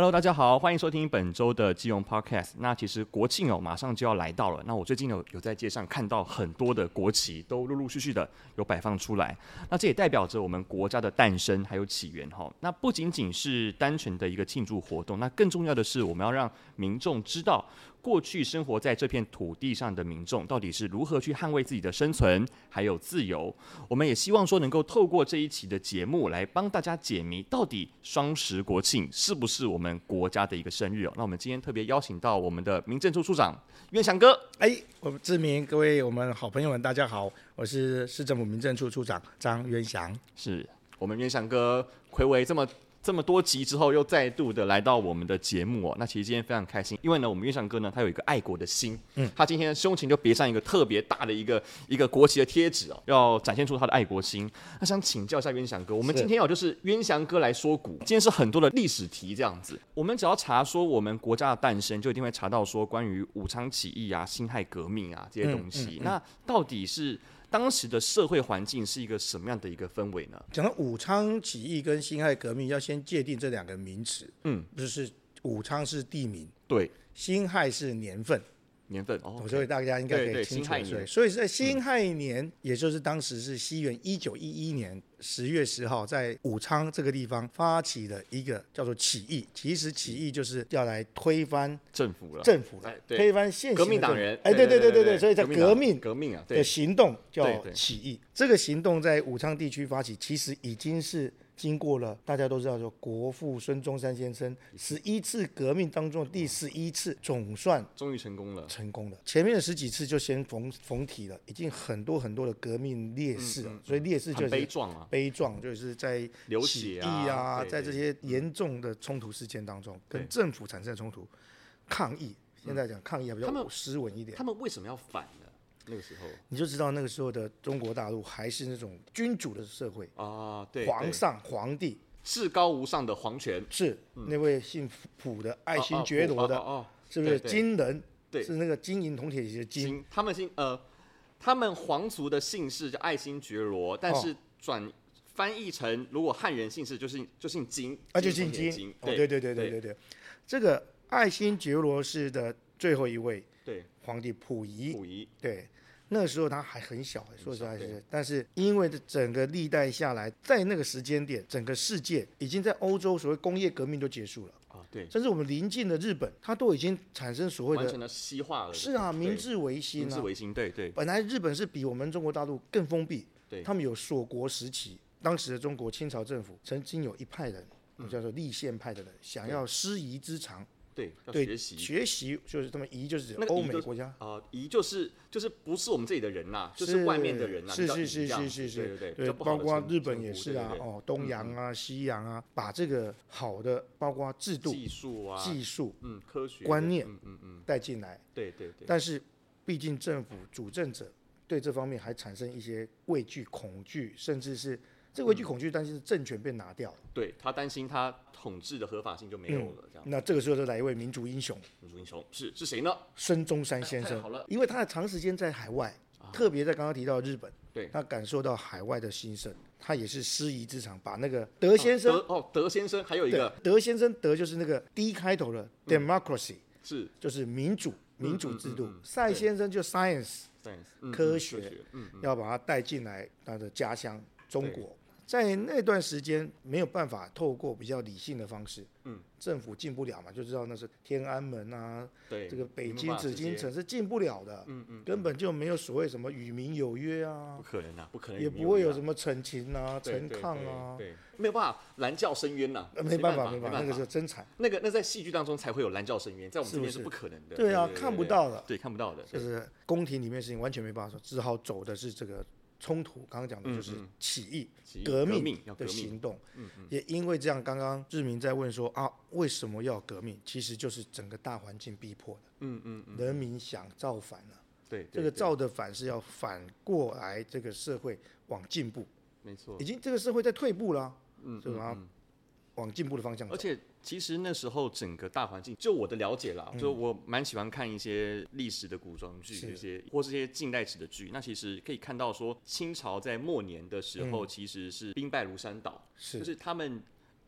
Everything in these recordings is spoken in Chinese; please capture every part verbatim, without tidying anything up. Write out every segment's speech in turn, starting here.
Hello， 大家好，欢迎收听本周的基隆 Podcast。那其实国庆哦，马上就要来到了。那我最近有有在街上看到很多的国旗，都陆陆续续的有摆放出来。那这也代表着我们国家的诞生还有起源哈。那不仅仅是单纯的一个庆祝活动，那更重要的是，我们要让民众知道，过去生活在这片土地上的民众到底是如何去捍卫自己的生存还有自由。我们也希望说，能够透过这一期的节目来帮大家解谜，到底双十国庆是不是我们国家的一个生日哦？那我们今天特别邀请到我们的民政处处长渊祥哥。 哎，我们志明，各位我们好朋友们，大家好，我是市政府民政处处长张渊祥。 是我们渊祥哥睽违这么这么多集之后，又再度的来到我们的节目哦。那其实今天非常开心，因为呢，我们渊祥哥呢，他有一个爱国的心，嗯，他今天胸前就别上一个特别大的一个一个国旗的贴纸哦，要展现出他的爱国心。那想请教一下渊祥哥，我们今天哦就是渊祥哥来说古，今天是很多的历史题这样子。我们只要查说我们国家的诞生，就一定会查到说关于武昌起义啊、辛亥革命啊这些东西。嗯嗯嗯、那到底是当时的社会环境是一个什么样的一个氛围呢？ 讲到武昌起义跟辛亥革命，要先界定这两个名词。嗯，就是武昌是地名， 对， 辛亥是年份。 年份哦， 所以大家应该可以清楚。对对，所以所以在辛亥年、嗯，也就是当时是西元一九一一年十月十号，在武昌这个地方发起了一个叫做起义。其实起义就是要来推翻政府了， 政府了，推翻现行的革命党人。 哎，对对对对对，所以在革命革命啊的行动叫起义。这个行动在武昌地区发起，其实已经是经过了大家都知道说国父孙中山先生十一次革命当中第十一次，总算终于成功了。 成功了。前面的十几次就先逢逢体了，已经很多很多的革命烈士了，嗯嗯嗯、所以烈士就是悲壮啊， 悲壮就是在起义啊， 啊在这些严重的冲突事件当中，跟政府产生的冲突，抗议。现在讲抗议还比较斯文一点。 他们为什么要反呢？那个时候你就知道那个时候的中国大陆还是那种君主的社会啊，对， 皇上皇帝至高无上的皇权， 是、嗯、那位姓溥的爱新觉罗的， 哦哦哦哦、 是不是金人？ 对， 是那个金银铜铁血的金。 他们姓呃，他们皇族的姓氏叫爱新觉罗，但是转翻译成如果汉人姓氏就是就姓金， 啊就姓金。金哦，对对对对对对，这个爱新觉罗氏的最后一位对皇帝溥仪， 溥仪对。那个时候他还很小，说实在是，但是因为整个历代下来，在那个时间点，整个世界已经在欧洲所谓工业革命都结束了啊，对， 甚至我们邻近的日本，它都已经产生所谓的完全的西化了。 是啊，明治维新啊， 明治维新，对对。 本来日本是比我们中国大陆更封闭， 对， 他们有锁国时期，当时的中国清朝政府曾经有一派人，嗯、叫做立宪派的人，想要师夷之长。 对，要学习学习就是他们夷就是欧美国家啊，夷、呃、就是就是不是我们这里的人呐、啊，就是外面的人呐、啊， 是是是是是是， 对对对，包括日本也是啊， 对对对哦，东洋啊、嗯、西洋啊，把这个好的包括制度、 技术啊、 技术、 嗯、科学观念， 嗯嗯嗯， 带进来， 对对对， 但是毕竟政府主政者对这方面还产生一些畏惧、恐惧，甚至是。这个畏惧恐惧，但是政权被拿掉了。 对，他担心他统治的合法性就没有了，这样、 嗯。那这个时候就来一位民族英雄。 民族英雄是是谁呢？ 孙中山先生。好了，因为他长时间在海外，啊、特别在刚刚提到日本，对，他感受到海外的兴盛，他也是师夷之长，把那个德先生哦，哦德先生还有一个德先生，德就是那个 D 开头的 democracy，、嗯、 是就是民主民主制度。赛、嗯嗯嗯、先生就 science， science 科学，嗯嗯、要把它带进来他的家乡中国。在那段时间没有办法透过比较理性的方式，嗯，政府进不了嘛，就知道那是天安门啊， 对， 这个北京紫禁城是进不了的，嗯嗯，根本就没有所谓什么与民有约啊， 不可能啊，不可能， 也不会有什么陈情啊、陈抗啊， 对，没有办法拦轿申冤呐， 没办法，没办法，那个是真惨， 那个那在戏剧当中才会有拦轿申冤，在我们这边是不可能的， 对啊，看不到的， 对，看不到的， 就是宫廷里面的事情完全没办法说，只好走的是这个。冲突，刚刚讲的就是起义、嗯嗯、革命的行动，嗯嗯、也因为这样，刚刚志明在问说啊，为什么要革命？其实就是整个大环境逼迫的，嗯嗯嗯、人民想造反了， 对， 这个造的反是要反过来，这个社会往进步， 没错， 已经这个社会在退步了，嗯，是吧？嗯往进步的方向走。 而且其实那时候整个大环境，就我的了解啦，嗯、就我蛮喜欢看一些历史的古装剧，一些或是一些近代史的剧。那其实可以看到说，清朝在末年的时候，嗯、其实是兵败如山倒，是就是他们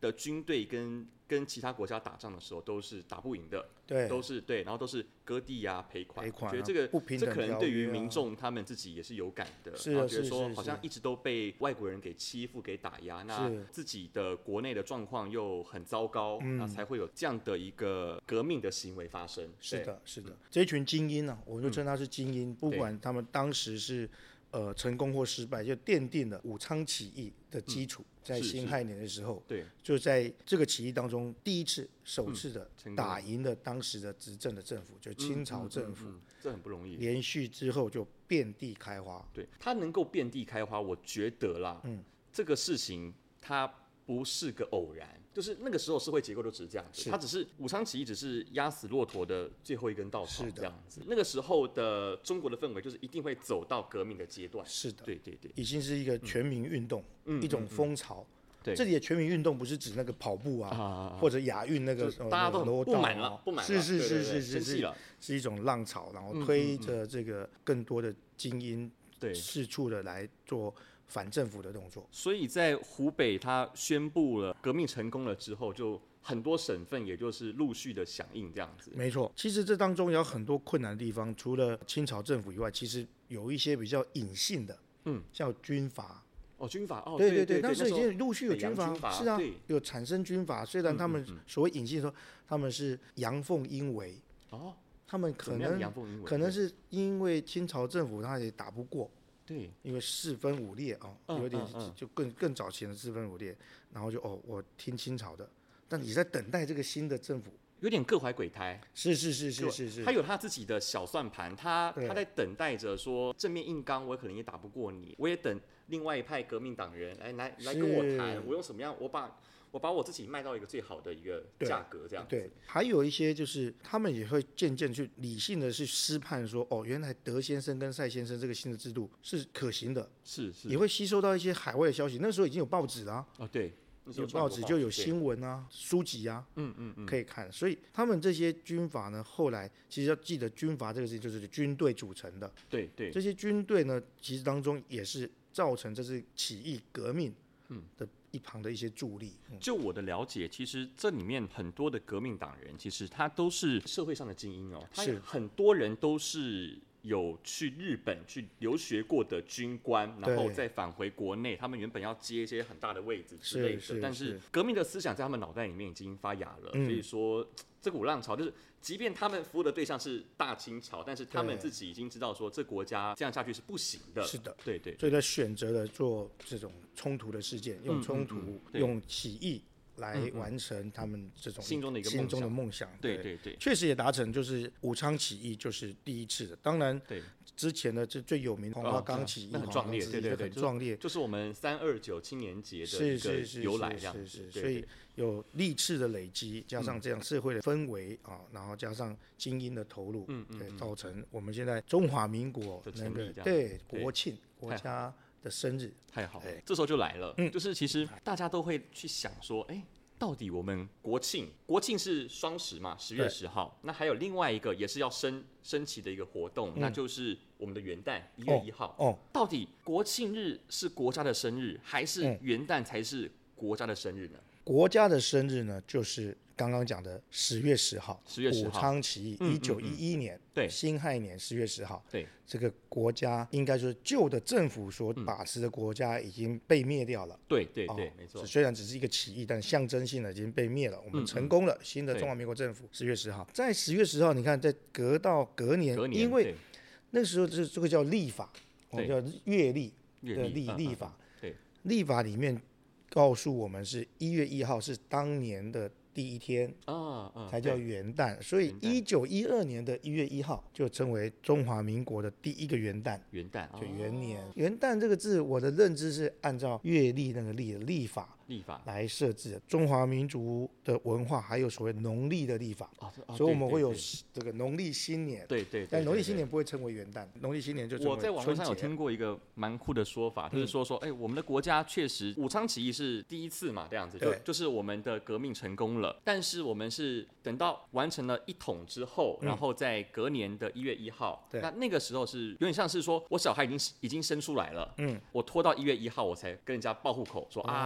的军队跟跟其他国家打仗的时候都是打不赢的， 对， 都是对，然后都是割地啊、赔款， 赔款啊， 觉得这个不平等这可能对于条约啊民众他们自己也是有感的， 是啊然后觉得是是说好像是一直都被外国人给欺负、给打压，那是自己的国内的状况又很糟糕， 嗯那才会有这样的一个革命的行为发生。 是的，是的，这一群精英呢、啊，我就称他是精英，不管他们当时是呃成功或失败，就奠定了武昌起义的基础。 嗯在辛亥年的时候， 对， 就在这个起义当中，第一次、首次的打赢了当时的执政的政府，就清朝政府， 嗯嗯嗯嗯、这很不容易。 连续之后就遍地开花。 对，它能够遍地开花，我觉得啦，嗯，这个事情它不是个偶然。就是那个时候社会结构就只是这样子，它只是武昌起义只是压死骆驼的最后一根稻草这样子。那个时候的中国的氛围就是一定会走到革命的阶段。 是的， 对对对， 已经是一个全民运动，嗯、一种风潮。嗯嗯嗯对， 这里的全民运动不是指那个跑步啊，啊或者亚运那个， 大家都不满了，不满了， 是是是是是是是一种浪潮，然后推着这个更多的精英四处的来做反政府的动作。 所以在湖北，他宣布了革命成功了之后，就很多省份也就是陆续的响应这样子。 没错，其实这当中有很多困难的地方，除了清朝政府以外，其实有一些比较隐性的，嗯，像军阀。 哦，军阀哦， 对对对， 那时候已经陆续有军阀， 阀是啊，有产生军阀。虽然他们所谓隐性说他们是阳奉阴违，哦，他们可能可能是因为清朝政府他也打不过， 对， 因为四分五裂啊、哦，有点就更更早前的四分五裂，然后就哦，我听清朝的，但你在等待这个新的政府。 有点各怀鬼胎， 是是是是是是， 他有他自己的小算盘，他他在等待着说正面硬刚，我可能也打不过你，我也等另外一派革命党人来来来跟我谈，我用什么样，我把我把我自己卖到一个最好的一个价格，这样子。 对，还有一些就是他们也会渐渐去理性的去思判说，哦，原来德先生跟赛先生这个新的制度是可行的， 是是， 也会吸收到一些海外的消息。那时候已经有报纸了、啊， 哦对。 有报纸就有新闻啊，书籍啊，嗯嗯嗯，可以看。所以他们这些军阀呢，后来其实要记得，军阀这个事情就是军队组成的。 对对。 这些军队呢，其实当中也是造成这次起义革命的一旁的一些助力。 嗯、就我的了解，其实这里面很多的革命党人，其实他都是社会上的精英哦， 是很多人都是。有去日本去留学过的军官，然后再返回国内，他们原本要接一些很大的位置之类的， 是是但是革命的思想在他们脑袋里面已经发芽了，嗯、所以说这股浪潮就是，即便他们服务的对象是大清朝，但是他们自己已经知道说这国家这样下去是不行的。 是的， 对 对, 对， 所以他选择了做这种冲突的事件，用冲突、嗯嗯、用起义。来完成他们这种心中的一个心中的梦想， 对对对， 确实也达成，就是武昌起义就是第一次的。当然， 对之前的这最有名的黄花岗起义， 很壮烈，对对对， 很壮烈， 就是我们三二九青年节的一个由来这样子。 所以有历次的累积，加上这样社会的氛围啊，然后加上精英的投入，嗯嗯，对，造成我们现在中华民国那个对国庆国家。的生日太好了，这时候就来了，嗯、就是其实大家都会去想说，哎、欸，到底我们国庆，国庆是双十嘛，十月十号，那还有另外一个也是要升升旗的一个活动，嗯、那就是我们的元旦一月一号。 哦，哦到底国庆日是国家的生日，还是元旦才是国家的生日呢？ 国家的生日呢，就是刚刚讲的十月十号， 十月十号， 武昌起义，一九一一年， 对， 辛亥年十月十号， 对， 这个国家应该说旧的政府所把持的国家已经被灭掉了， 对对对，没错。 虽然只是一个起义，但象征性的已经被灭了，我们成功了，新的中华民国政府，十月十号，在十月十号，你看，在隔到隔年，因为那个时候这这个叫历法，我们叫月历的历历法， 对， 历法里面。告诉我们是一月一号是当年的第一天啊，啊才叫元旦，所以一九一二年的一月一号就称为中华民国的第一个元旦。 元旦就元年，哦、元旦这个字，我的认知是按照月历那个历的历法。 历法来设置的中华民族的文化，还有所谓农历的历法， 哦哦、 所以我们会有这个农历新年。 对 对, 对, 对, 对， 但农历新年不会称为元旦，农历新年就称为春节。 我在网络上有听过一个蛮酷的说法，就是说说，哎、欸，我们的国家确实武昌起义是第一次嘛，这样子就就是我们的革命成功了，但是我们是等到完成了一统之后，然后在隔年的一月一号，嗯、那那个时候是有点像是说我小孩已经已经生出来了，嗯，我拖到一月一号我才跟人家报户口说、哦、啊。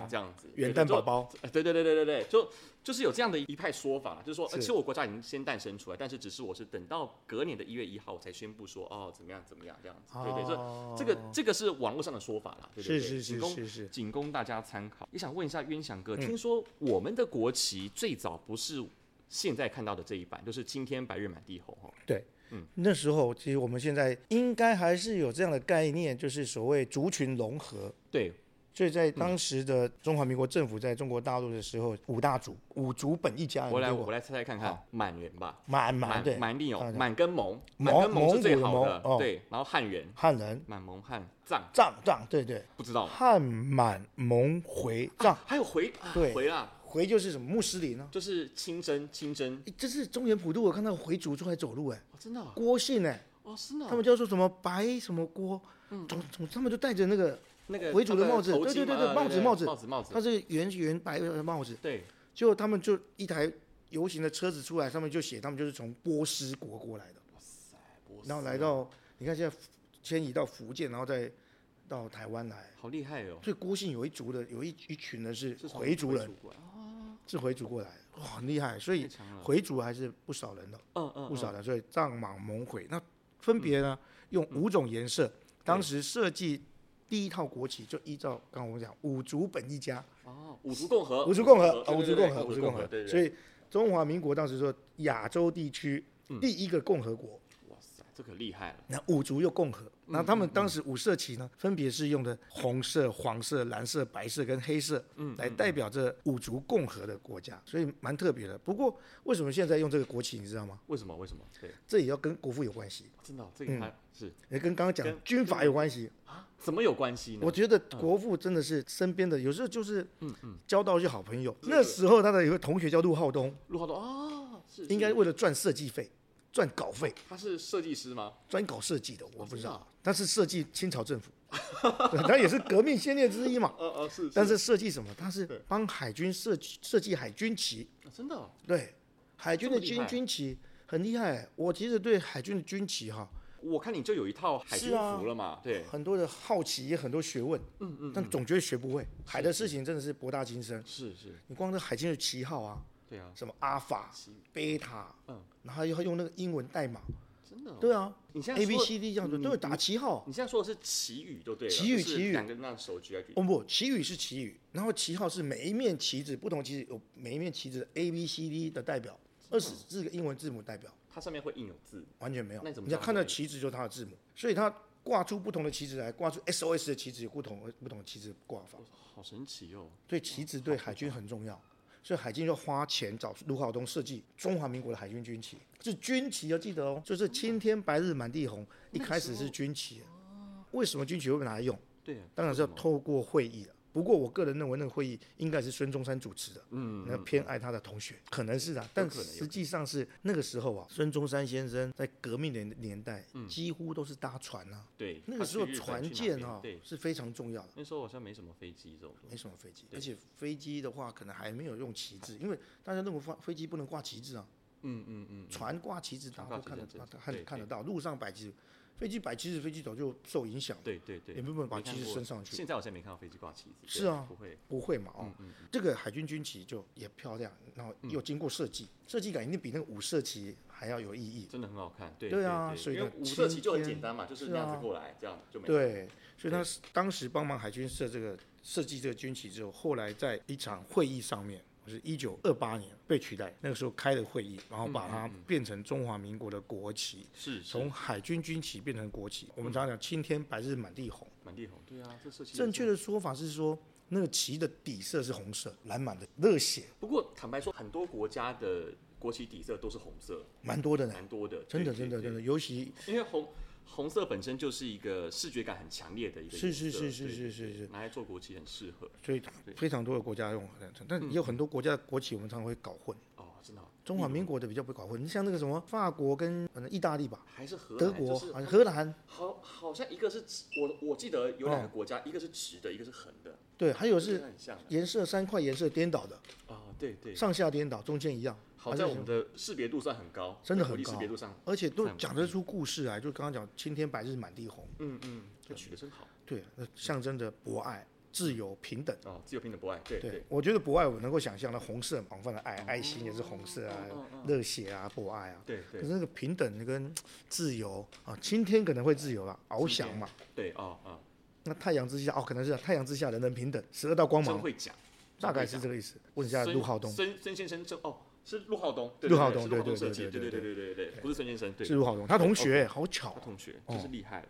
这样子。 元旦宝宝， 对对对对对对，就就是有这样的一派说法啦，就是说，呃、其实我国家已经先诞生出来，但是只是我是等到隔年的一月一号我才宣布说，哦，怎么样怎么样这样子。对对， 哦、 这这个这个是网络上的说法啦，对对对， 是是是是是， 仅供大家参考。也想问一下渊翔哥，嗯、听说我们的国旗最早不是现在看到的这一版，就是青天白日满地红哈。 对。嗯，那时候其实我们现在应该还是有这样的概念，就是所谓族群融合。 对， 所以在当时的中华民国政府在中国大陆的时候，五大族，五族本一家。 我来我来猜猜看看，满人吧？ 满满对， 满定有满跟蒙， 满跟蒙是最好的， 哦、 对，然后汉人， 汉人， 满蒙汉藏藏藏，对对， 不知道汉满蒙回藏， 还有回对回啦。 回就是什么穆斯林呢、啊？ 就是清真，清真。 这是中原普渡，我看到回族出来走路、欸，哎、 哦，真的、啊。 郭姓哎、欸， 哦，是的。 他们叫做什么白什么郭，嗯，总总他们就戴着那个那个回族的帽子， 对对对对对，帽子帽子帽子帽子， 它是圆圆白的帽子， 对。 结果他们就一台游行的车子出来，上面就写他们就是从波斯国过来的， 哇塞，波斯。 然后来到，你看现在迁移到福建，然后再到台湾来， 好厉害哦。 所以郭姓有一族的，有一一群人是回族人。是回族过来，哇，很厉害，所以回族还是不少人的， 嗯嗯， 不少人，所以藏满蒙回，那分别呢、嗯、用五种颜色，嗯、当时设计第一套国旗就依照刚刚我们讲五族本一家， 哦，五族共和， 五族共和，五族共和， 五族共和，对对， 所以中华民国当时说亚洲地区第一个共和国。 哇塞，这可厉害了。 那五族又共和，那他们当时五色旗呢，分别是用的红色、黄色、蓝色、白色跟黑色，来代表着五族共和的国家，所以蛮特别的。不过为什么现在用这个国旗，你知道吗？ 为什么？为什么？对， 这也要跟国父有关系。 真的、哦，这个还、嗯、是也跟刚刚讲军阀有关系啊？怎么有关系呢？ 我觉得国父真的是身边的，有时候就是嗯嗯交到一些好朋友。那时候他的有个同学叫陆浩东， 陆浩东啊，是应该为了赚设计费。赚稿费， 他是设计师吗？ 专搞设计的，我不知道。他是设计清朝政府，他也是革命先烈之一嘛。 呃呃是。 但是设计什么？他是帮海军设计设计海军旗。 真的、哦？ 对，海军的军军旗很厉害。我其实对海军的军旗哈， 我看你就有一套海军服了嘛，对。 很多的好奇，也很多学问，嗯嗯，但总觉得学不会。海的事情真的是博大精深。 是是。 你光这海军的旗号啊。 对啊， 什么阿法、贝塔，嗯，然后要用那个英文代码， 真的、哦， 对啊， 你现在 A B C D 这样子都有打旗号。 你现在说的是旗语就对了， 旗语旗语， 两个那手举来举。 哦不，旗语是旗语，然后旗号是每一面旗子不同旗子有每一面旗子 A B C D 的代表，二十四个英文字母代表。 它上面会印有字？ 完全没有， 那怎么？ 你要看到旗子就是它的字母，所以它挂出不同的旗子来，挂出 S O S 的旗子有不同不同的旗子挂法。 好神奇哦！ 对，旗子对海军很重要。所以海军要花钱找陆浩东设计中华民国的海军军旗，是军旗要记得哦，就是青天白日满地红，一开始是军旗。为什么军旗会被拿来用？ 对， 当然是要透过会议了。不过我个人认为那个会议应该是孙中山主持的，嗯，那偏爱他的同学，可能是啊，但实际上是那个时候啊，孙中山先生在革命的年代，几乎都是搭船啊， 对， 那个时候船舰啊是非常重要的。 那时候好像没什么飞机这种， 没什么飞机，而且飞机的话可能还没有用旗帜，因为大家认为飞机不能挂旗帜啊，嗯嗯嗯，船挂旗帜大家都看得看看得到，路上摆旗帜。飞机摆旗子，飞机早就受影响了。 对对对， 也不能把旗子升上去。 现在我现在没看到飞机挂旗子。 是啊， 不会不会嘛？哦，嗯嗯嗯这个海军军旗就也漂亮，然后又经过设计，嗯、设计感一定比那个五色旗还要有意义。 真的很好看，对对啊， 对对所以因为五色旗就很简单嘛，就是那样子过来，啊、这样就没。 对，所以他当时帮忙海军设这个设计这个军旗之后，后来在一场会议上面。是一九二八年被取代，那个时候开了会议，然后把它变成中华民国的国旗， 是从海军军旗变成国旗。我们常常讲青天白日满地红， 满地红，对啊，这设计正确的说法是说，那个旗的底色是红色，蓝满的热血。 不过坦白说，很多国家的国旗底色都是红色， 蛮多的呢， 蛮多的， 真的真的真的，尤其因为红。红色本身就是一个视觉感很强烈的一个颜色， 是是是是是是是， 拿来做国旗很适合， 所以非常多的国家用，但也有很多国家的国旗我们常常会搞混。 哦，真的。 中华民国的比较不会搞混，你像那个什么法国跟可能意大利吧， 还是荷兰德国， 就是、 好像荷兰， 好好像一个是我我记得有两个国家，哦、一个是直的，一个是横的。 对，还有是颜色三块颜色颠倒的。 哦，对对， 上下颠倒，中间一样。 好在我们的识别度算很高， 真的很高， 识别度上， 而且都讲得出故事来。就刚刚讲青天白日满地红， 嗯嗯，这取得真好。 对，象征着博爱， 自由平等。 哦，自由平等博爱，对对, 对， 我觉得博爱我能够想象的红色广泛的爱，爱心也是红色啊，热血啊，博爱啊。 对对。 可是那个平等跟自由啊，晴天可能会自由了，翱翔嘛。 对哦哦。 那太阳之下哦，可能是太阳之下人人平等，十二道光芒。 真会讲。 大概是这个意思。问一下陆浩东。 孙孙先生正哦。是陆浩东， 陆浩东， 对对对对对对对对对对，不是孙先生，对， 是陆浩东，他同学，好巧， 他同学，真是厉害了。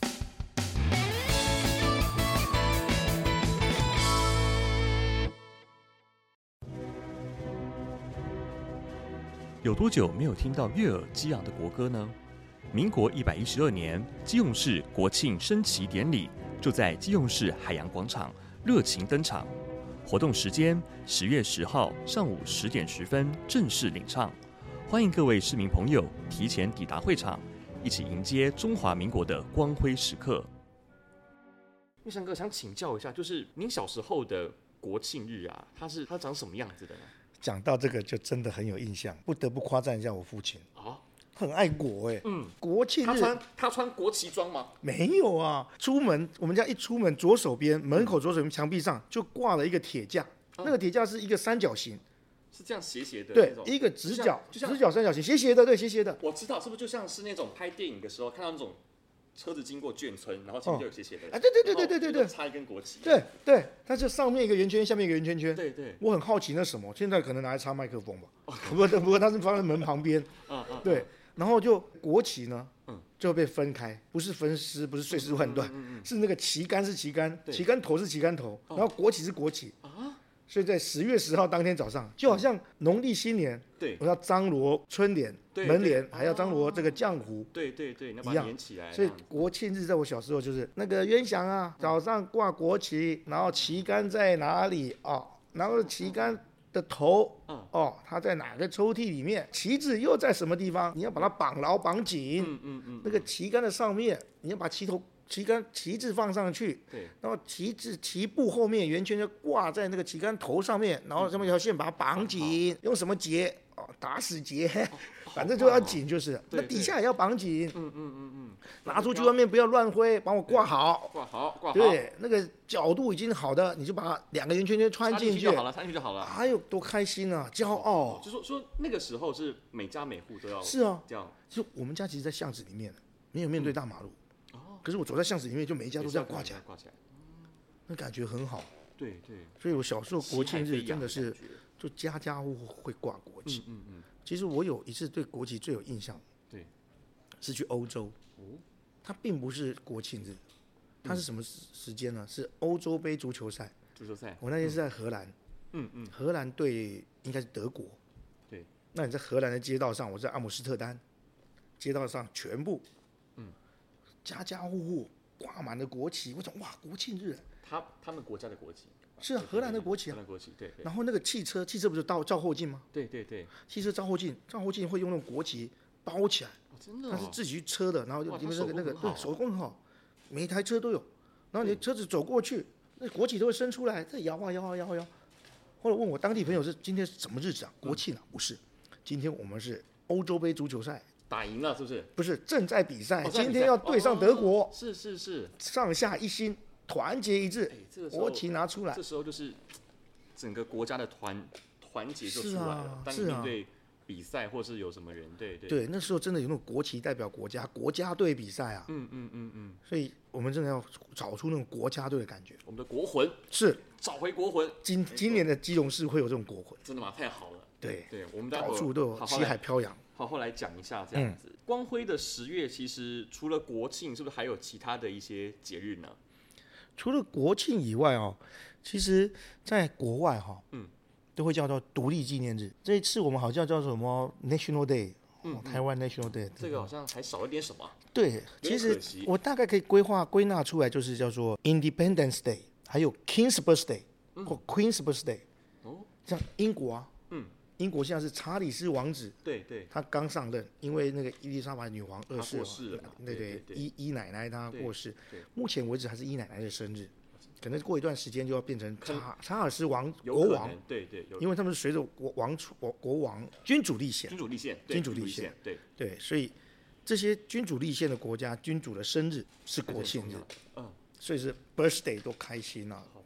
有多久没有听到悦耳激昂的国歌呢？民国一百一十二年，基隆市国庆升旗典礼就在基隆市海洋广场热情登场。活动时间十月十号上午十点十分正式领唱，欢迎各位市民朋友提前抵达会场，一起迎接中华民国的光辉时刻。玉山哥想请教一下，就是您小时候的国庆日啊，它是它长什么样子的呢？ 讲到这个就真的很有印象，不得不夸赞一下我父亲啊， 很爱国哎、欸， 嗯， 国庆日他穿他穿国旗装吗？ 没有啊，出门我们家一出门，左手边门口左手边墙壁上就挂了一个铁架，嗯、那个铁架是一个三角形， 是这样斜斜的， 对，一个直角，直角三角形，斜斜的，对，斜斜的。 我知道，是不是就像是那种拍电影的时候看到那种车子经过眷村，然后前面就有斜斜的， 哦、啊，对对对对对对对， 插一根国旗， 对对，它就上面一个圆圈，下面一个圆圈圈， 对对。 我很好奇那什么，现在可能拿来插麦克风吧，不过不过它是放在门旁边， 嗯嗯， 对。然后就国旗呢，嗯，就被分开，不是分尸，不是碎尸万段，嗯嗯、是那个旗杆是旗杆，旗杆头是旗杆头，然后国旗是国旗啊。所以在十月十号当天早上，就好像农历新年，对，我要张罗春联、门帘，还要张罗这个浆糊， 对对对， 一样起来。 所以国庆日在我小时候就是那个冤祥啊，早上挂国旗，然后旗杆在哪里哦，然后旗杆的头，哦，它在哪个抽屉里面？旗子又在什么地方？你要把它绑牢绑紧。嗯嗯嗯。那个旗杆的上面，你要把旗头、旗杆、旗帜放上去。对。然后旗帜、旗布后面圆圈就挂在那个旗杆头上面，然后上面一条线把它绑紧。用什么结？哦，打死结。反正就要紧就是。那底下也要绑紧。嗯嗯嗯嗯。拿出去外面不要乱挥，帮我挂好。 挂好，挂好。 对，那个角度已经好的，你就把两个圆圈圈穿进去就好了，穿进去就好了。 哎呦，多开心啊，骄傲！ 就说说那个时候是每家每户都要是啊， 这样。 就我们家其实，在巷子里面，没有面对大马路。哦。可是我走在巷子里面，就每一家都这样挂起来， 挂起来， 那感觉很好。 对对。 所以我小时候国庆日真的是，就家家户户会挂国旗。嗯嗯。其实我有一次对国旗最有印象，对，是去欧洲。哦。它并不是国庆日，它是什么时间呢？是欧洲杯足球赛。 足球赛。 我那天是在荷兰。嗯嗯。荷兰对应该是德国。对。那你在荷兰的街道上，我在阿姆斯特丹，街道上全部，嗯，家家户户挂满了国旗。我想，哇，国庆日。 他他们国家的国旗。 是啊，荷兰的国旗啊。 荷兰国旗，对。 然后那个汽车，汽车不是照照后镜吗？ 对对对。 汽车照后镜，照后镜会用那种国旗包起来。 真的、哦， 它是自己去车的，然后就里面那个那个对手工很好，每一台车都有。然后你车子走过去，那国旗都会伸出来，再摇啊摇啊摇啊摇。后来问我当地朋友是今天是什么日子啊？国庆啊？不是，今天我们是欧洲杯足球赛， 打赢了是不是？ 不是，正在比赛， 哦、 今天要对上德国。 哦、是是是， 上下一心，团结一致，这个、国旗拿出来。 这时候就是整个国家的团团结就出来了。 是啊， 是啊。比赛或是有什么人，对对对，那时候真的有那种国旗代表国家，国家队比赛啊，嗯嗯嗯嗯，所以我们真的要找出那种国家队的感觉， 我们的国魂是找回国魂。 今今年的基隆市会有这种国魂， 真的吗？太好了， 对对，我们到处都有旗海飘扬。 好好来讲一下这样子，嗯、光辉的十月其实除了国庆，是不是还有其他的一些节日呢？ 除了国庆以外哦，其实在国外哈、哦，嗯。都会叫做独立纪念日。这一次我们好像叫做什么 National Day，、嗯哦、台湾 National Day。 这个好像还少了点什么。 对，其实我大概可以规划归纳出来，就是叫做 Independence Day， 还有 King's Birthday、嗯、或 Queen's Birthday。哦，像英国啊，嗯，英国现在是查理斯王子， 对对， 他刚上任，因为那个伊丽莎白女王二世过世了嘛， 对对对，姨姨奶奶她过世，目前为止还是姨奶奶的生日。可能过一段时间就要变成查查尔斯王国王， 对对， 因为他们是随着国王国国王君主立宪， 君主立宪， 君主立宪， 对对，所以这些君主立宪的国家，君主的生日是国庆日，嗯，所以是 birthday 都开心啊，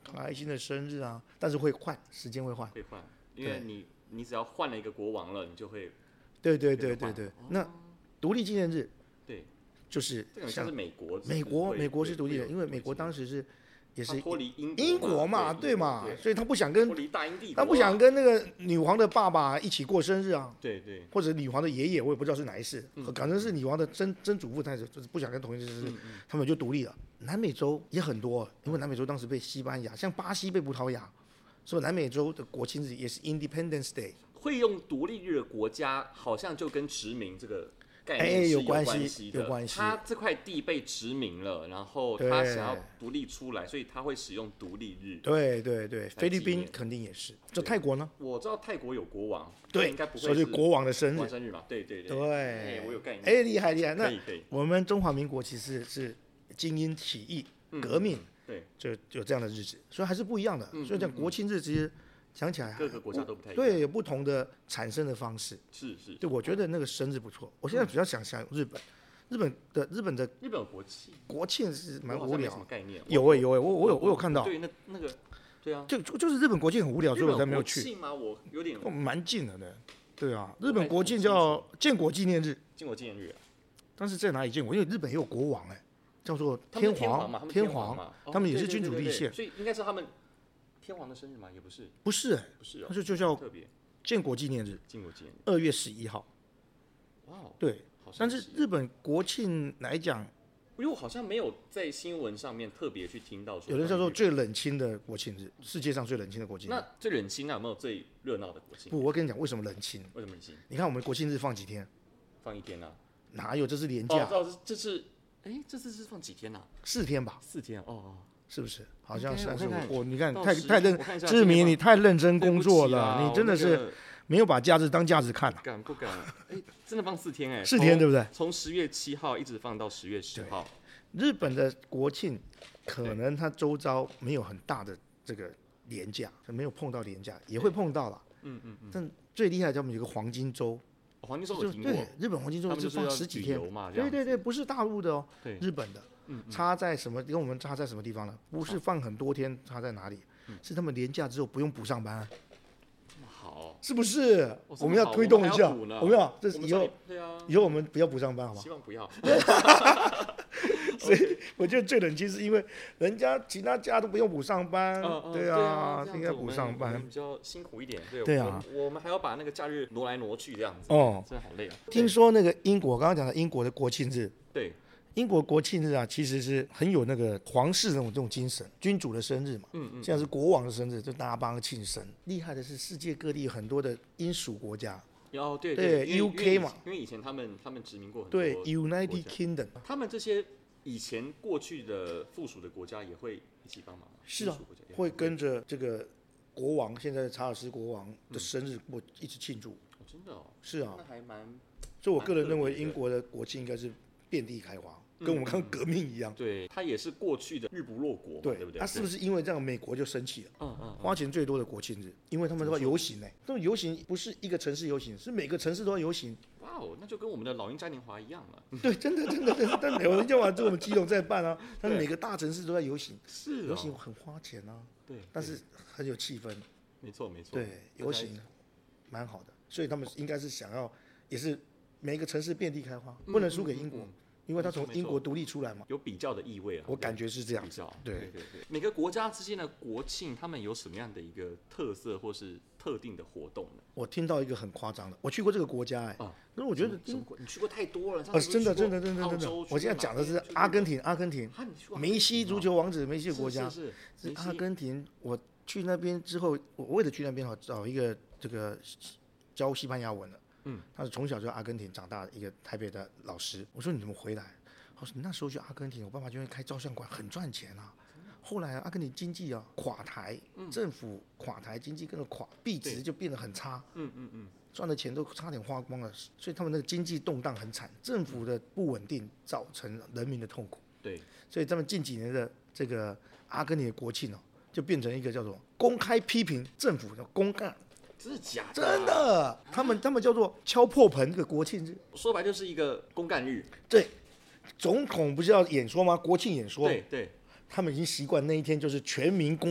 开心的生日啊，但是会换，时间会换， 会换，因为你你只要换了一个国王了，你就会， 对对对对对。 哦、 那独立纪念日， 对， 就是像是美国， 美国美国是独立的，因为美国当时是。也是脱离英英国嘛，对嘛，所以他不想跟脱离大英帝国， 他不想跟那个女皇的爸爸一起过生日啊， 对对， 或者女皇的爷爷，我也不知道是哪一世，可能是女皇的曾曾祖父，但是就是不想跟同一世生日，他们就独立了。南美洲也很多，因为南美洲当时被西班牙，像巴西被葡萄牙，所以南美洲的国庆日也是 Independence Day。 会用独立日的国家，好像就跟殖民这个概念是有关系的， 有关系。 他这块地被殖民了，然后他想要独立出来，所以他会使用独立日。 对对对，菲律宾肯定也是。这泰国呢？ 我知道泰国有国王， 对， 应该不会所以国王的生日， 生日嘛，对对对。 对， 哎，我有概念。 哎，厉害厉害。 那我们中华民国其实是精英起义、革命， 对， 就有这样的日子，所以还是不一样的。所以讲国庆日其实。想起来， 各个国家都不太一样， 对，有不同的产生的方式。 是是， 对，我觉得那个生日不错。我现在比较想想日本，日本的日本的日本国庆， 国庆是蛮无聊。 什么概念？ 有哎有哎，我我有我有看到。 对，那那个，对啊， 就就是日本国庆很无聊，所以我才没有去。 日本国庆吗？我有点蛮近的呢。对啊，日本国庆叫建国纪念日。 建国纪念日， 但是在哪里建国？因为日本也有国王哎，叫做天皇，天皇，他们也是君主立宪， 所以应该是他们。天皇的生日吗？也不是， 不是、欸， 不是、哦， 它就就叫特别建国纪念日， 建国纪念日， 二月十一号。 哇、哦， 对，但是日本国庆来讲， 因为我好像没有在新闻上面特别去听到说， 有人叫做最冷清的国庆日，世界上最冷清的国庆日。 那最冷清，那有没有最热闹的国庆？ 不，我跟你讲，为什么冷清？ 为什么冷清？ 你看我们国庆日放几天？ 放一天啊？ 哪有？这是连假。 哦，这是，哎，这次是放几天啊？ 四天吧。 四天哦哦。 是不是？好像三十五。 我你看太太认，志明你太认真工作了，你真的是没有把假日当假日看啊。 敢不敢？哎，真的放四天哎。 四天对不对？ 从十月七号一直放到十月十号。 日本的国庆可能它周遭没有很大的这个连假，没有碰到连假，也会碰到了。 嗯嗯嗯。 但最厉害的，他们有个黄金周。 黄金周我听过。 对，日本黄金周是放十几天。对对对，不是大陆的哦，日本的。差在什么？跟我们差在什么地方呢？不是放很多天，差在哪里？是他们年假之后不用补上班。 好， 是不是？我们要推动一下，我们要，这是以后，以后我们不要补上班，好吗？ 希望不要。 所以我觉得最冷清是因为人家其他家都不用补上班，对啊，应该补上班， 比较辛苦一点。 对啊， 我们还要把那个假日挪来挪去这样子，哦，真的好累啊。 听说那个英国刚刚讲的英国的国庆日， 对。 英国国庆日啊，其实是很有那个皇室那种这种精神，君主的生日嘛。嗯嗯。现在是国王的生日，就大家帮他庆生。厉害的是世界各地很多的英属国家。 哦，对对 ，U K 嘛。 因为以前他们他们殖民过很多。 对 ，United Kingdom。 他们这些以前过去的附属的国家也会一起帮忙吗？ 是啊，会跟着这个国王，现在查尔斯国王的生日过一起庆祝。 哦，真的哦。 是啊。 那还蛮。 所以我个人认为英国的国庆应该是遍地开花。跟我们看革命一样， 对，它也是过去的日不落国，对不对？ 它是不是因为这样，美国就生气了？ 嗯嗯， 花钱最多的国庆日，因为他们说游行呢，这种游行不是一个城市游行，是每个城市都要游行。 哇哦，那就跟我们的老鹰嘉年华一样了。 对，真的真的真的，但有人叫完之后，我们基隆在办啊，但是每个大城市都在游行， 是游行很花钱啊， 对， 但是很有气氛。 没错没错， 对，游行蛮好的，所以他们应该是想要，也是每一个城市遍地开花，不能输给英国。因为他从英国独立出来嘛， 有比较的意味啊。 我感觉是这样。 比较， 对对对对。每个国家之间的国庆，他们有什么样的一个特色或是特定的活动呢？ 我听到一个很夸张的，我去过这个国家哎、欸，可是我觉得你去过太多了。 呃，真的真的真的真的。我现在讲的是阿根廷，阿根廷，梅西足球王子，梅西的国家是是阿根廷。我去那边之后，我为了去那边好找一个这个教西班牙文的，嗯，他是从小就在阿根廷长大的一个台北的老师。我说你怎么回来？他说你那时候去阿根廷，我爸爸就会开照相馆，很赚钱啊。后来、啊、阿根廷经济啊垮台，政府垮台，经济跟着垮，币值就变得很差。嗯嗯嗯，赚的钱都差点花光了，所以他们那个经济动荡很惨，政府的不稳定造成人民的痛苦。 对， 所以他们近几年的这个阿根廷的国庆哦，就变成一个叫做公开批评政府的公干。 真的假的？ 真的，他们他们叫做敲破盆的国庆日， 说白就是一个公干日。 对。总统不是要演说吗？国庆演说， 对对， 他们已经习惯那一天就是全民公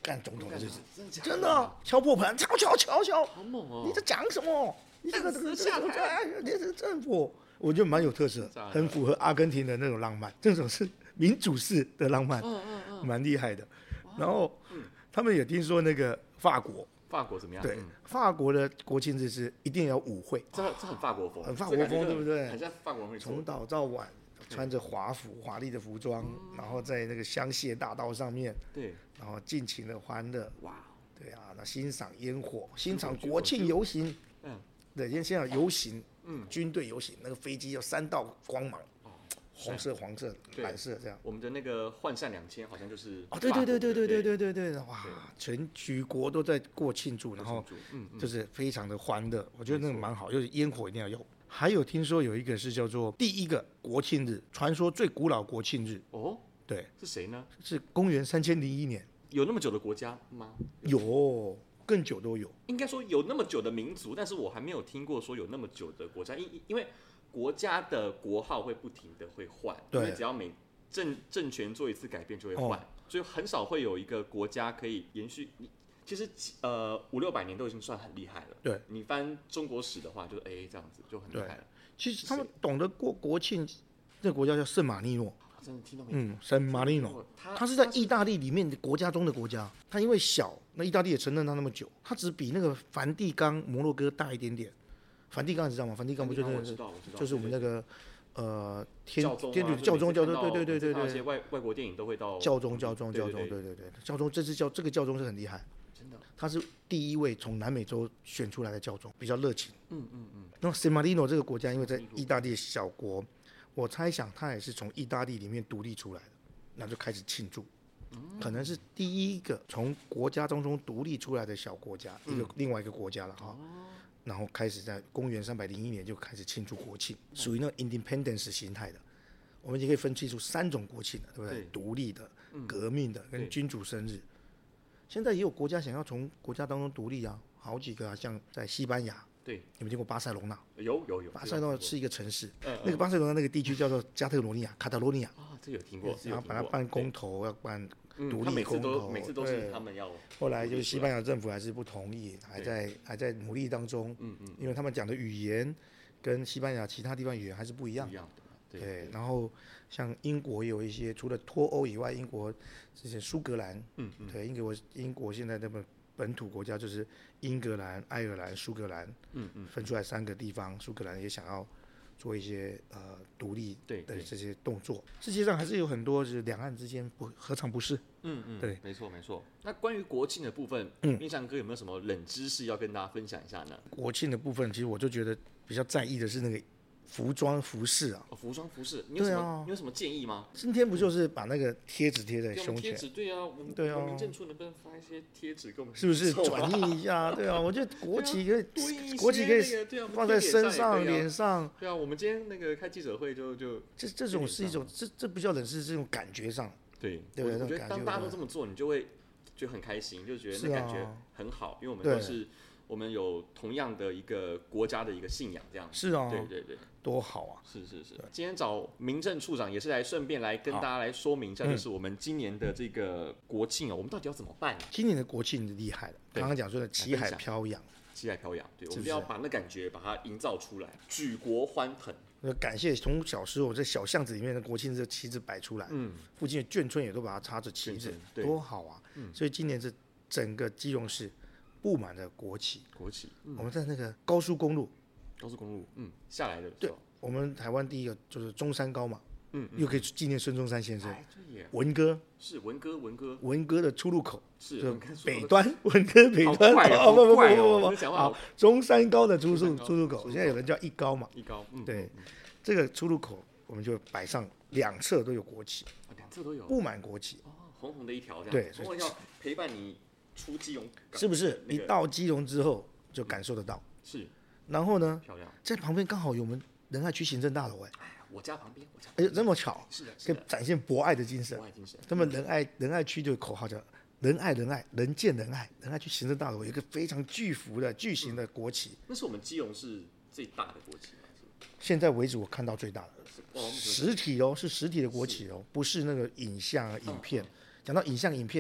干总统的日子，真的敲破盘，敲敲敲敲， 好猛哦！ 你在讲什么？你这个这个这个这个政府，我觉得蛮有特色，很符合阿根廷的那种浪漫，这种是民主式的浪漫，嗯嗯嗯，蛮厉害的。然后他们也听说那个法国。 法国怎么样？ 对，嗯、法国的国庆日是一定要舞会， 这这很法国风， 很法国风，对不对？ 很像法国人会从早到晚穿着华服、华丽的服装，嗯、然后在那个香榭大道上面， 对， 然后尽情的欢乐， 哇， 对啊，那欣赏烟火，欣赏国庆游行，嗯，对，因为现在游行，嗯，军队游行，那个飞机有三道光芒。红色、黄色、蓝色这样。 我们的那个幻善两千好像就是哦，对对对对对对对对对，哇，全举国都在过庆祝，然后就是非常的欢乐，我觉得那个蛮好，就是烟火一定要有。还有听说有一个是叫做第一个国庆日，传说最古老国庆日哦，对， 是谁呢？ 是公元三千零一年。 有那么久的国家吗？ 有，更久都有。 应该说有那么久的民族，但是我还没有听过说有那么久的国家，因因为。国家的国号会不停的会换，因为只要每政政权做一次改变就会换，哦、所以很少会有一个国家可以延续。其实呃五六百年都已经算很厉害了。 对， 你翻中国史的话，就是哎这样子就很厉害了。 其实他们懂得过国庆，这个国家叫圣马力诺。 真的听到没？ 嗯，圣马力诺，它是在意大利里面的国家中的国家。它因为小，那意大利也承认它那么久，它只比那个梵蒂冈、摩洛哥大一点点。梵蒂冈你知道吗？梵蒂冈不就是就是我们那个呃天天主教宗教宗对对对对对， 一些外外国电影都会到教宗教宗教宗对对对教宗，这支教这个教宗是很厉害， 真的， 他是第一位从南美洲选出来的教宗，比较热情。 嗯嗯嗯。 那圣马力诺这个国家，因为在意大利小国，我猜想他也是从意大利里面独立出来的，那就开始庆祝。可能是第一个从国家当中独立出来的小国家，一个另外一个国家了哈。然后开始在公元三百零一年就开始庆祝国庆，属于那个 independence 形态的。我们也可以分清楚三种国庆的，对不对？独立的、革命的跟君主生日。现在也有国家想要从国家当中独立啊，好几个啊，像在西班牙， 对， 有没有听过巴塞隆纳？ 有有有。 巴塞隆纳是一个城市，那个巴塞隆纳那个地区叫做加特罗尼亚、卡塔罗尼亚。 啊，这有听过。 然后把它办公投，要办。独立公投， 每次都是他们要。 后来就是西班牙政府还是不同意，还在还在努力当中。嗯嗯。因为他们讲的语言跟西班牙其他地方语言还是不一样。 不一样的。对。 对。然后像英国有一些，除了脱欧以外，英国这些苏格兰，嗯嗯。对，英国英国现在那么本土国家就是英格兰、爱尔兰、苏格兰，嗯嗯，分出来三个地方，苏格兰也想要。做一些呃独立的这些动作，世界上还是有很多就是两岸之间不何尝不是？ 嗯嗯， 对， 没错没错。那关于国庆的部分，嗯，印象哥有没有什么冷知识要跟大家分享一下呢？ 国庆的部分，其实我就觉得比较在意的是那个服装服饰啊。 哦，服装服饰，你有什么、啊、你有什么建议吗？ 今天不就是把那个贴纸贴在胸前？ 贴纸，对啊，我们对啊， 我们民政处能不能发一些贴纸给我们？ 是不是转移一下？对啊，我觉得国旗可以，国旗可以放在身上、脸上。 对啊，我们今天那个开记者会就就这这种是一种，这这不叫冷，是这种感觉上。 对， 对不对？ 我觉得当大家都这么做，你就会就很开心，就觉得那感觉很好，因为我们都是。我们有同样的一个国家的一个信仰，这样是啊， 对对对， 多好啊！ 是是是。今天找民政处长也是来顺便来跟大家来说明一下，就是我们今年的这个国庆哦，我们到底要怎么办？ 今年的国庆厉害了，刚刚讲说的旗海飘扬， 旗海飘扬，对，我们要把那感觉把它营造出来，举国欢腾。 感谢从小时候在小巷子里面的国庆这旗子摆出来，嗯，附近的眷村也都把它插着旗子，多好啊！嗯，所以今年是整个基隆市。布满了国旗， 国旗。 嗯、我们在那个高速公路， 高速公路，嗯，下来的。 对，我们台湾第一个就是中山高嘛，嗯，又可以纪念孙中山先生。 哎，对耶。 文哥是文哥，文哥， 文哥的出入口是北端，文哥北端。 哦，不不不不不不，好，中山高的出入出入口，现在有人叫一高嘛， 一高，嗯， 对，这个出入口我们就摆上两侧都有国旗， 两侧都有， 布满国旗， 哦，红红的一条这样， 对， 所以要陪伴你。出基隆是不是？一到基隆之后就感受得到。 是。 然后呢？ 漂亮。 在旁边刚好有我们仁爱区行政大楼哎。 哎，我家旁边，我家。 哎，这么巧。 是的。 可以展现博爱的精神。 博爱精神。 他们仁爱仁爱区就有口号叫“仁爱仁爱，人见人爱”。仁爱区行政大楼有一个非常巨幅的巨型的国旗。 那是我们基隆市最大的国旗吗？ 现在为止我看到最大的。实体哦，是实体的国旗哦，不是那个影像啊、影片。讲到影像影片。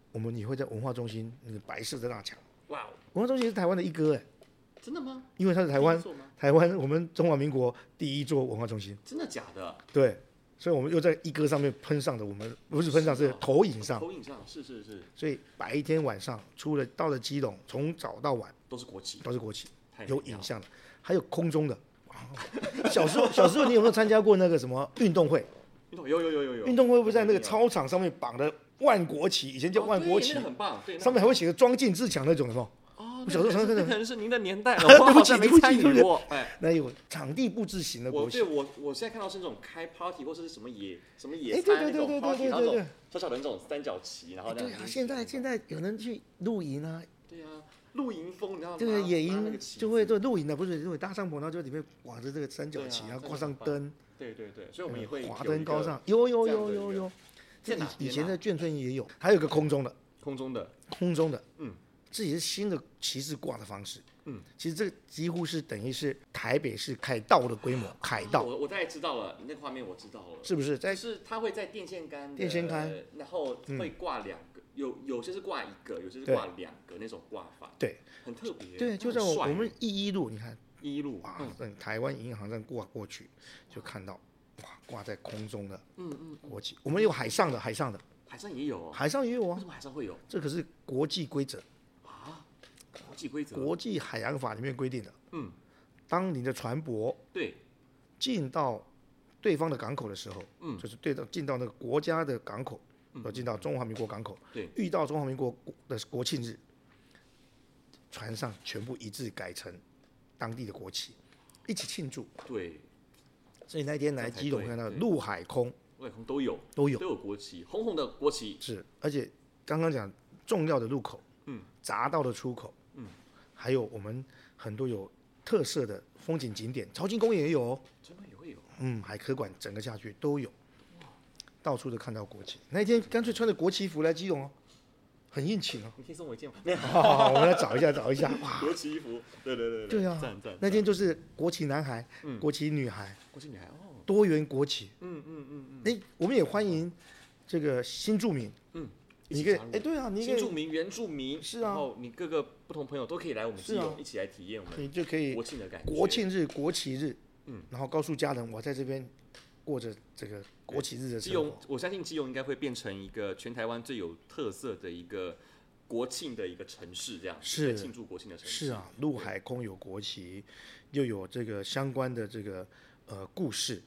我们也会在文化中心那个白色的大墙。 哇， 文化中心是台湾的一哥哎。 真的吗？ 因为它是台湾，台湾我们中华民国第一座文化中心。 真的假的？ 对，所以我们又在一哥上面喷上的，我们不是喷上，是投影上。 投影上，是是是。 所以白天晚上出了到了基隆，从早到晚都是国旗， 都是国旗，有影像的，还有空中的。小时候，小时候你有没有参加过那个什么运动会？ 有有有有有。 运动会不是在那个操场上面绑的万国旗，以前叫万国旗， 很棒，对， 上面还会写个庄敬自强那种，有没有？ 哦， 小时候常常可能是您的年代了， 对不起，对不起，对不起。 哎， 那有场地布置型的国旗。 对我，我现在看到是那种开 party 或是什么野什么野餐那种 party，然后那种小小的那种三角旗，然后对啊，现在现在有人去露营啊。 对啊，露营风，你知道吗？ 对，野营就会对露营的，不是就会搭帐篷，然后就里面挂着这个三角旗，然后挂上灯。 对对对，所以我们也会华灯高上，有有有有有。这以前的眷村也有，还有一个空中的， 空中的， 空中的， 嗯。 这也是新的旗帜挂的方式， 嗯， 其实这个几乎是等于是台北市凯道的规模，凯道。 我我大概知道了，那个画面我知道了， 是不是？在是它会在电线杆， 电线杆， 然后会挂两个，有有些是挂一个，有些是挂两个那种挂法， 对， 很特别。 对，就在我们一一路，你看一一路， 哇，在台湾银行站挂过去，就看到哇，挂在空中的， 嗯嗯， 国旗。我们有海上的，海上的， 海上也有， 海上也有啊。 为什么海上会有？ 这可是国际规则。 国际规则， 国际海洋法里面规定的。 嗯， 当你的船舶对进到对方的港口的时候， 嗯， 就是对到进到那个国家的港口，要进到中华民国港口， 对， 遇到中华民国的国庆日，船上全部一致改成当地的国旗，一起庆祝。 对， 所以那天来基隆看到陆海空， 陆海空都有， 都有都有国旗，红红的国旗是，而且刚刚讲重要的入口， 嗯， 匝道的出口。嗯，还有我们很多有特色的风景景点，潮境公园也有哦， 真的也会有， 嗯，海科馆整个下去都有，到处都看到国旗。那天干脆穿着国旗服来基隆哦，很应景哦。 你可以送我一件吗？ 好好好，我们来找一下，找一下。哇， 国旗衣服，对对对对啊， 赞赞。 那天就是国旗男孩，嗯，国旗女孩， 国旗女孩哦， 多元国旗， 嗯嗯嗯嗯。 哎，我们也欢迎这个新住民， 嗯。 你可以哎，对啊，你可以新住民、原住民是啊， 然后你各个不同朋友都可以来我们基隆一起来体验我们， 你就可以国庆的感觉。 国庆日、国旗日， 嗯， 然后告诉家人我在这边过着这个国旗日的生活。 基隆，我相信基隆应该会变成一个全台湾最有特色的一个国庆的一个城市，这样是庆祝国庆的城市。是啊，陆海空有国旗，又有这个相关的这个呃故事。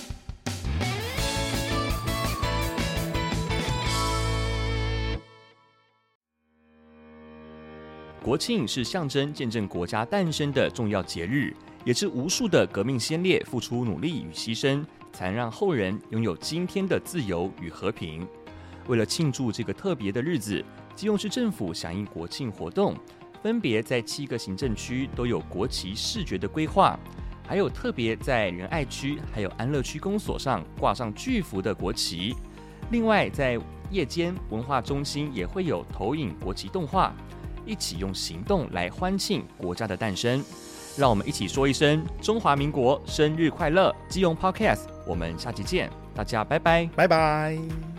国庆是象征见证国家诞生的重要节日，也是无数的革命先烈付出努力与牺牲，才让后人拥有今天的自由与和平。为了庆祝这个特别的日子，基隆市政府响应国庆活动，分别在七个行政区都有国旗视觉的规划，还有特别在仁爱区还有安乐区公所上挂上巨幅的国旗。另外，在夜间文化中心也会有投影国旗动画，一起用行动来欢庆国家的诞生。让我们一起说一声中华民国生日快乐！基隆 Podcast， 我们下期见，大家拜拜， 拜拜。